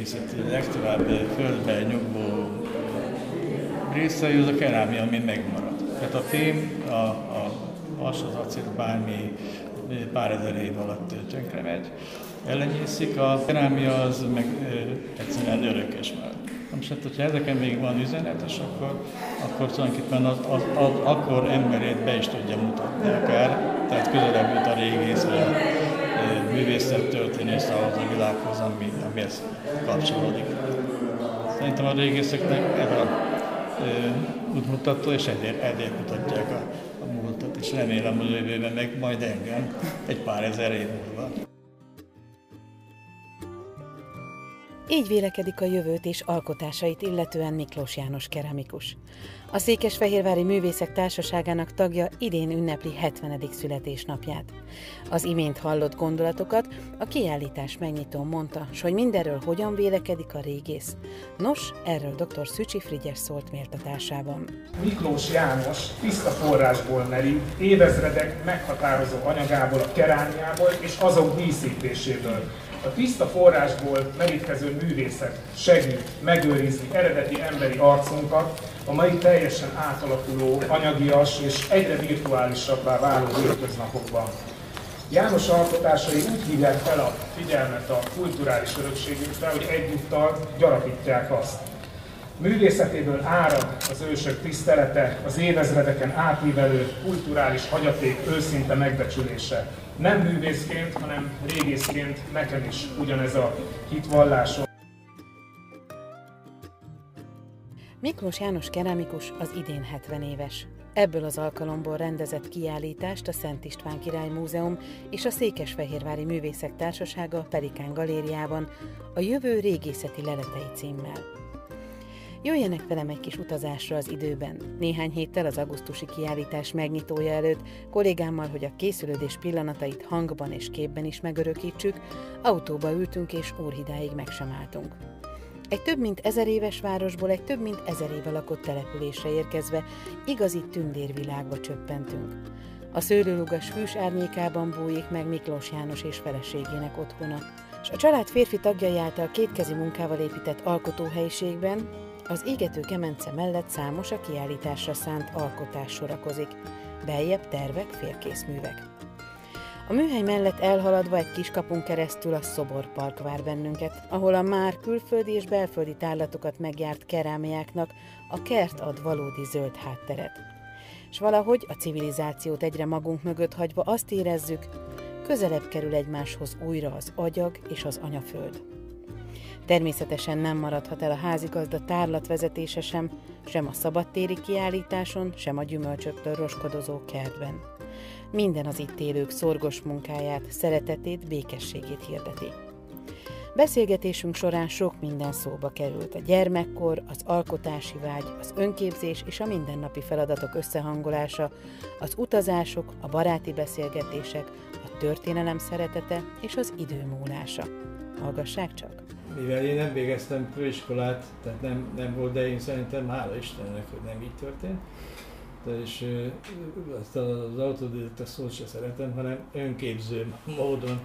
régészeti legtovább földbe nyugvó részei, az a kerámia, ami megmarad. Tehát a fém, a vas, az acél, bármi pár ezer év alatt tönkre megy, ellenyészik, a kerámia az meg egyszerűen örökös marad. Most hát, hogyha ezeken még van üzenetes, akkor tulajdonképpen az akkor emberét be is tudja mutatni akár, tehát közelebb jut a régész, vagy a művészettörténész ahhoz a világhoz, amihez kapcsolódik. Szerintem a régészeknek ez a útmutató, és ezért mutatják a múltat, és remélem, hogy jövőben meg majd engem egy pár ezer év múlva. Így vélekedik a jövőt és alkotásait illetően Miklós János keramikus. A Székesfehérvári Művészek Társaságának tagja idén ünnepli 70. születésnapját. Az imént hallott gondolatokat a kiállítás megnyitón mondta, s hogy mindenről hogyan vélekedik a régész. Nos, erről dr. Szücsi Frigyes szólt méltatásában. Miklós János tiszta forrásból merít, évezredek meghatározó anyagából, a kerámiából és azok díszítéséből. A tiszta forrásból merítkező művészet segít megőrizni eredeti emberi arcunkat a mai teljesen átalakuló, anyagias és egyre virtuálisabbá váló hétköznapokban. János alkotásai úgy hívják fel a figyelmet a kulturális örökségünkre, hogy egyúttal gyarapítják azt. Művészetéből árad az ősök tisztelete, az évezredeken átívelő kulturális hagyaték őszinte megbecsülése. Nem művészként, hanem régészként nekem is ugyanez a hitvallásom. Miklós János keramikus az idén 70 éves. Ebből az alkalomból rendezett kiállítást a Szent István Király Múzeum és a Székesfehérvári Művészek Társasága Pelikán Galériában a Jövő régészeti leletei címmel. Jöjjenek velem egy kis utazásra az időben. Néhány héttel az augusztusi kiállítás megnyitója előtt kollégámmal, hogy a készülődés pillanatait hangban és képben is megörökítsük, autóba ültünk és Óridáig meg sem álltunk. Egy több mint 1000 éves városból egy több mint 1000 éve lakott településre érkezve igazi tündérvilágba csöppentünk. A szőlőlugas hűs árnyékában bújik meg Miklós János és feleségének otthona, és a család férfi tagjai által kétkezi munkával épített alkotóhelyiségben az égető kemence mellett számos a kiállításra szánt alkotás sorakozik, beljebb tervek, félkészművek. A műhely mellett elhaladva egy kis kapun keresztül a Szoborpark vár bennünket, ahol a már külföldi és belföldi tárlatokat megjárt kerámiáknak a kert ad valódi zöld hátteret. S valahogy a civilizációt egyre magunk mögött hagyva azt érezzük, közelebb kerül egymáshoz újra az agyag és az anyaföld. Természetesen nem maradhat el a házigazda tárlatvezetése sem a szabadtéri kiállításon, sem a gyümölcsöktől roskodozó kertben. Minden az itt élők szorgos munkáját, szeretetét, békességét hirdeti. Beszélgetésünk során sok minden szóba került: a gyermekkor, az alkotási vágy, az önképzés és a mindennapi feladatok összehangolása, az utazások, a baráti beszélgetések, a történelem szeretete és az idő múlása. Hallgassák csak! Mivel én nem végeztem főiskolát, tehát nem volt, de én szerintem hála Istennek, hogy nem így történt. És azt az autodidakta szót se szeretem, hanem önképző módon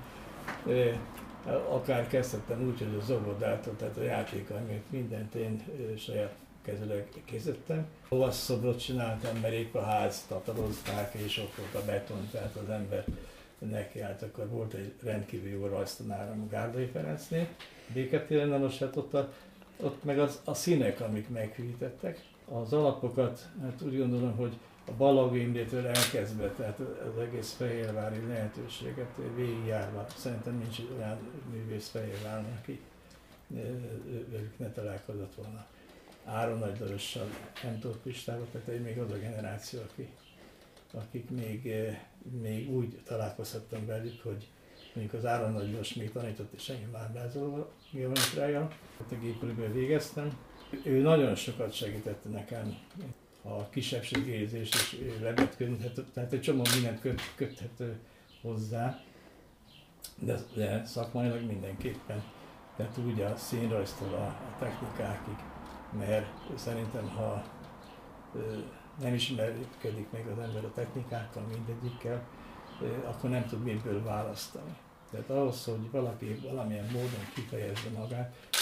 akár kezdhettem úgy, hogy a zobordától, tehát a játékaimért mindent én saját kezileg készítettem. Lovasszobrot csináltam, mert épp a ház tatarozták, és ott volt a beton, tehát az ember nekiállt. Akkor volt egy rendkívül jó rajztanárom Gárdai Ferencnél, Béketéren, na most hát ott meg a színek, amik meghűítettek. Az alapokat, hát úgy gondolom, hogy a Balagh Imrétől elkezdve, tehát az egész fehérvári lehetőséget végigjárva, szerintem nincs olyan művész Fehérváron, aki velük ne találkozott volna. Áron Nagy Lajossal, Entor Pistával, tehát még az a generáció, akik még úgy találkozhattam velük, hogy mondjuk az Áron Nagy Lajos még tanított és engem ábrázolva geometriáján, a gépülőből végeztem. Ő nagyon sokat segítette nekem a kisebbségérzést, és levetködhetett, tehát egy csomó mindent köthető hozzá, de szakmailag mindenképpen. Tehát úgy a színrajztól a technikákig, mert szerintem, ha nem ismerkedik meg az ember a technikákkal mindegyikkel, akkor nem tud miből választani. Tehát ahhoz, hogy valaki valamilyen módon kifejezze magát,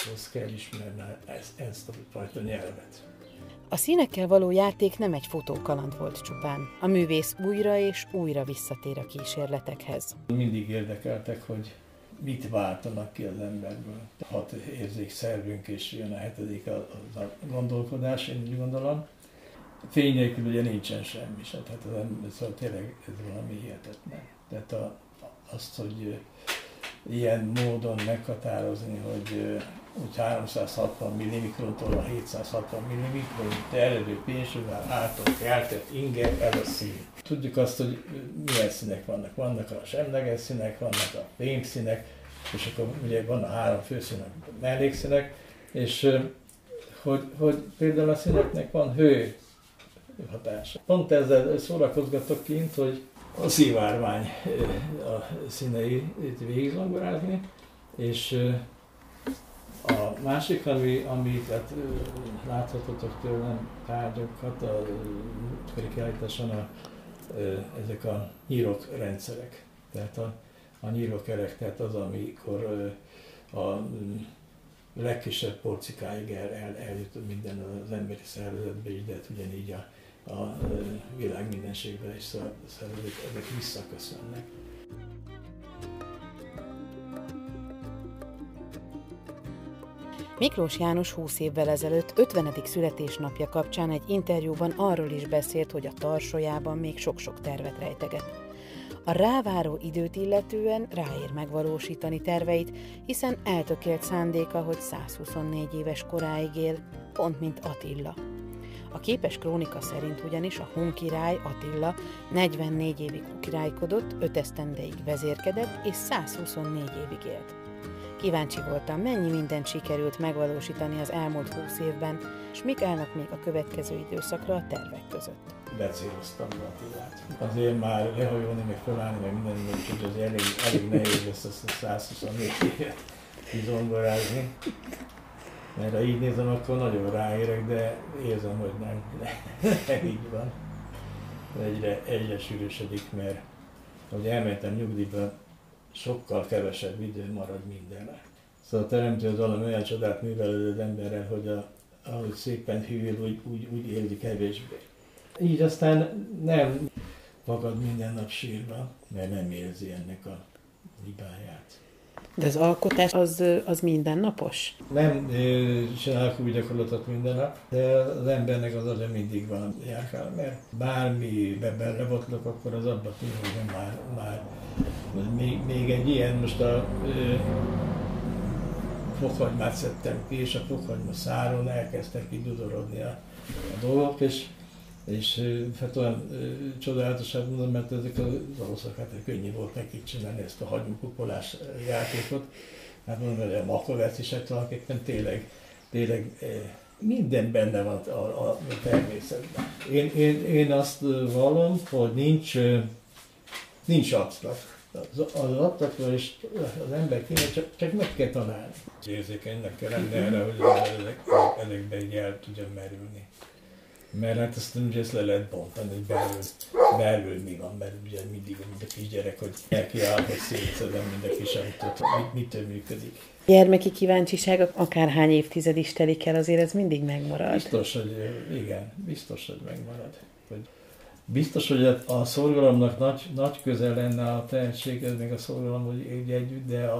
ahhoz kell ismerni ezt a fajta nyelvet. A színekkel való játék nem egy fotókaland volt csupán. A művész újra és újra visszatér a kísérletekhez. Mindig érdekeltek, hogy mit váltanak ki az emberből. 6 érzékszervünk, és jön a 7. a gondolkodás, én úgy gondolom. Fény nélkül ugye nincsen semmi se, tehát szóval tényleg ez valami hihetetlen. Tehát azt, hogy ilyen módon meghatározni, hogy 360 mm-tól a 760 mm, terjedő pénzsugár által keltett inger, ez a szín. Tudjuk azt, hogy milyen színek vannak. Vannak a semleges színek, vannak a fémszínek, és akkor ugye van a 3 főszín, a mellékszínek, és hogy például a színeknek van hő hatása. Pont ezzel szórakozgatok kint, hogy a szivárvány a színeit végigzongorázni, és a másik, amit hát, láthatottak tőlem tárgyakat, a kiállításon ezek a nyírokrendszerek. Tehát a nyírokerek, tehát az, amikor a legkisebb porcikáig eljut minden az emberi szervezetbe is, de hát ugyanígy a világ mindenségben is ezek visszaköszönnek. Miklós János 20 évvel ezelőtt 50. születésnapja kapcsán egy interjúban arról is beszélt, hogy a tarsolyában még sok-sok tervet rejteget. A ráváró időt illetően ráér megvalósítani terveit, hiszen eltökélt szándéka, hogy 124 éves koráig él, pont mint Attila. A képes krónika szerint ugyanis a hun király Attila 44 évig királykodott, 5 esztendeig vezérkedett és 124 évig élt. Kíváncsi voltam, mennyi mindent sikerült megvalósítani az elmúlt 20 évben, és mik állnak még a következő időszakra a tervek között. Becéloztam Attilát. Azért már lehajolni, meg felállni, meg minden, úgyhogy az elég nehéz lesz ezt a 124 évet kizongorázni. Mert ha így nézem, akkor nagyon ráérek, de érzem, hogy nem így van. Egyre sűrűsödik, mert ahogy elmentem nyugdíjba, sokkal kevesebb idő marad mindenre. Szóval a teremtő az valami olyan csodát művelődött emberrel, hogy ahogy szépen hűl, úgy éli kevésbé. Így aztán nem fakad minden nap sírva, mert nem érzi ennek a hibáját. De az alkotás az mindennapos? Nem csinálok úgy gyakorlatot minden nap, de az embernek az azért mindig van járkál, mert bármibe belebotlok, akkor az abba tűnik, hogy már még egy ilyen, most a fokhagymát szedtem ki, és a fokhagyma száron elkezdtek kidudorodni a dolgok, és hát olyan csodálatosat mondom, mert ezek az oroszok, hát könnyű volt nekik csinálni ezt a hagymukupolás játékot. Hát mondom, hogy a makovec is, hát tulajdonképpen tényleg minden benne van a természetben. Én azt vallom, hogy nincs absztrakt. Az absztraktról is az ember kéne, csak meg kell találni. Érzékenynek kell lenni erre, hogy ezekben így el tudjon merülni. Mert hát azt le lehet bontani, hogy belül mi van, mert ugye mindig a kisgyerek, hogy elkiáll, hogy szétszedem mind a kis autót, mitől működik. Gyermeki kíváncsiság, akárhány évtized is telik el, azért ez mindig megmarad. Biztos, hogy igen, biztos, hogy megmarad. Biztos, hogy a szorgalomnak nagy köze lenne a tehetséghez, meg a szorgalom, hogy együtt, de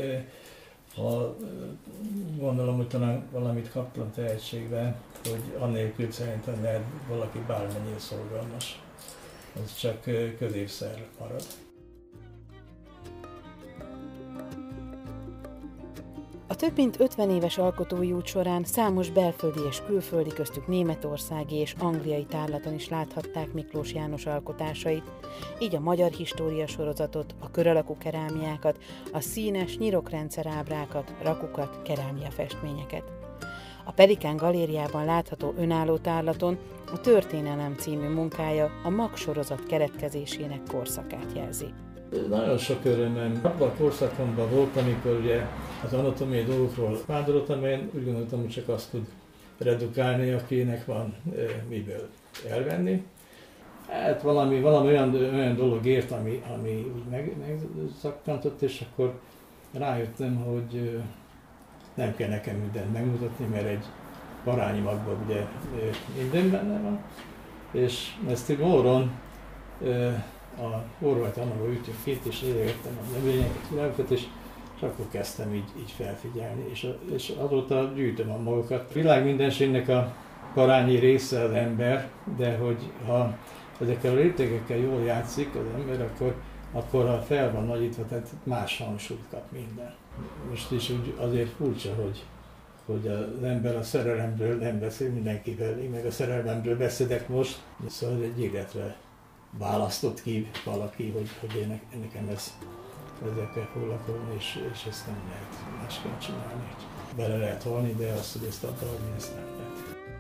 gondolom, hogy talán valamit kaptam tehetségben, hogy annélkül szerintem lehet valaki bármennyire szorgalmas. Az csak középszer marad. A több mint 50 éves alkotói út során számos belföldi és külföldi, köztük németországi és angliai tárlaton is láthatták Miklós János alkotásait, így a Magyar História sorozatot, a kör alakú kerámiákat, a színes nyirokrendszer ábrákat, rakukat, kerámiafestményeket. A Pelikán galériában látható önálló tárlaton a Történelem című munkája a MAG sorozat keletkezésének korszakát jelzi. Nagyon sok örömem. Abban a korszakomban volt, amikor ugye az anatómiai dolgokról vándoroltam, én úgy gondoltam, hogy csak azt tud redukálni, akinek van miből elvenni. Hát valami olyan dolog ért, ami úgy megszakkantott, és akkor rájöttem, hogy nem kell nekem mindent megmutatni, mert egy parányi magban ugye minden benne van. És ezt Móron a Horváth Annába ültünk két, és éregettem a növényeket, világokat, és akkor kezdtem így felfigyelni, és azóta gyűjtöm a magokat. A világ mindenségnek a parányi része az ember, de hogy ha ezekkel a rétegekkel jól játszik az ember, akkor fel van nagyítva, tehát más hangsúlyt kap minden. Most is úgy azért furcsa, hogy az ember a szerelemről nem beszél mindenkivel, én meg a szerelemről beszélek most, szóval egy életre választott ki valaki, hogy én nekem ezzel kell foglalkozni, és ezt nem lehet másként csinálni. Bele lehet halni, de azt, hogy ezt abba adni, ezt nem lehet.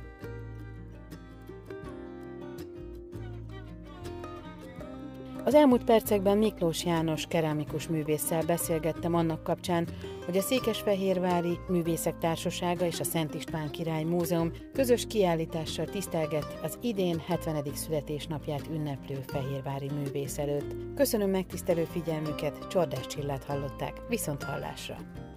Az elmúlt percekben Miklós János keramikus művésszel beszélgettem annak kapcsán, hogy a Székesfehérvári Művészek Társasága és a Szent István Király Múzeum közös kiállítással tisztelget az idén 70. születésnapját ünneplő fehérvári művész előtt. Köszönöm megtisztelő figyelmüket, Csordás Csillát hallották, viszonthallásra!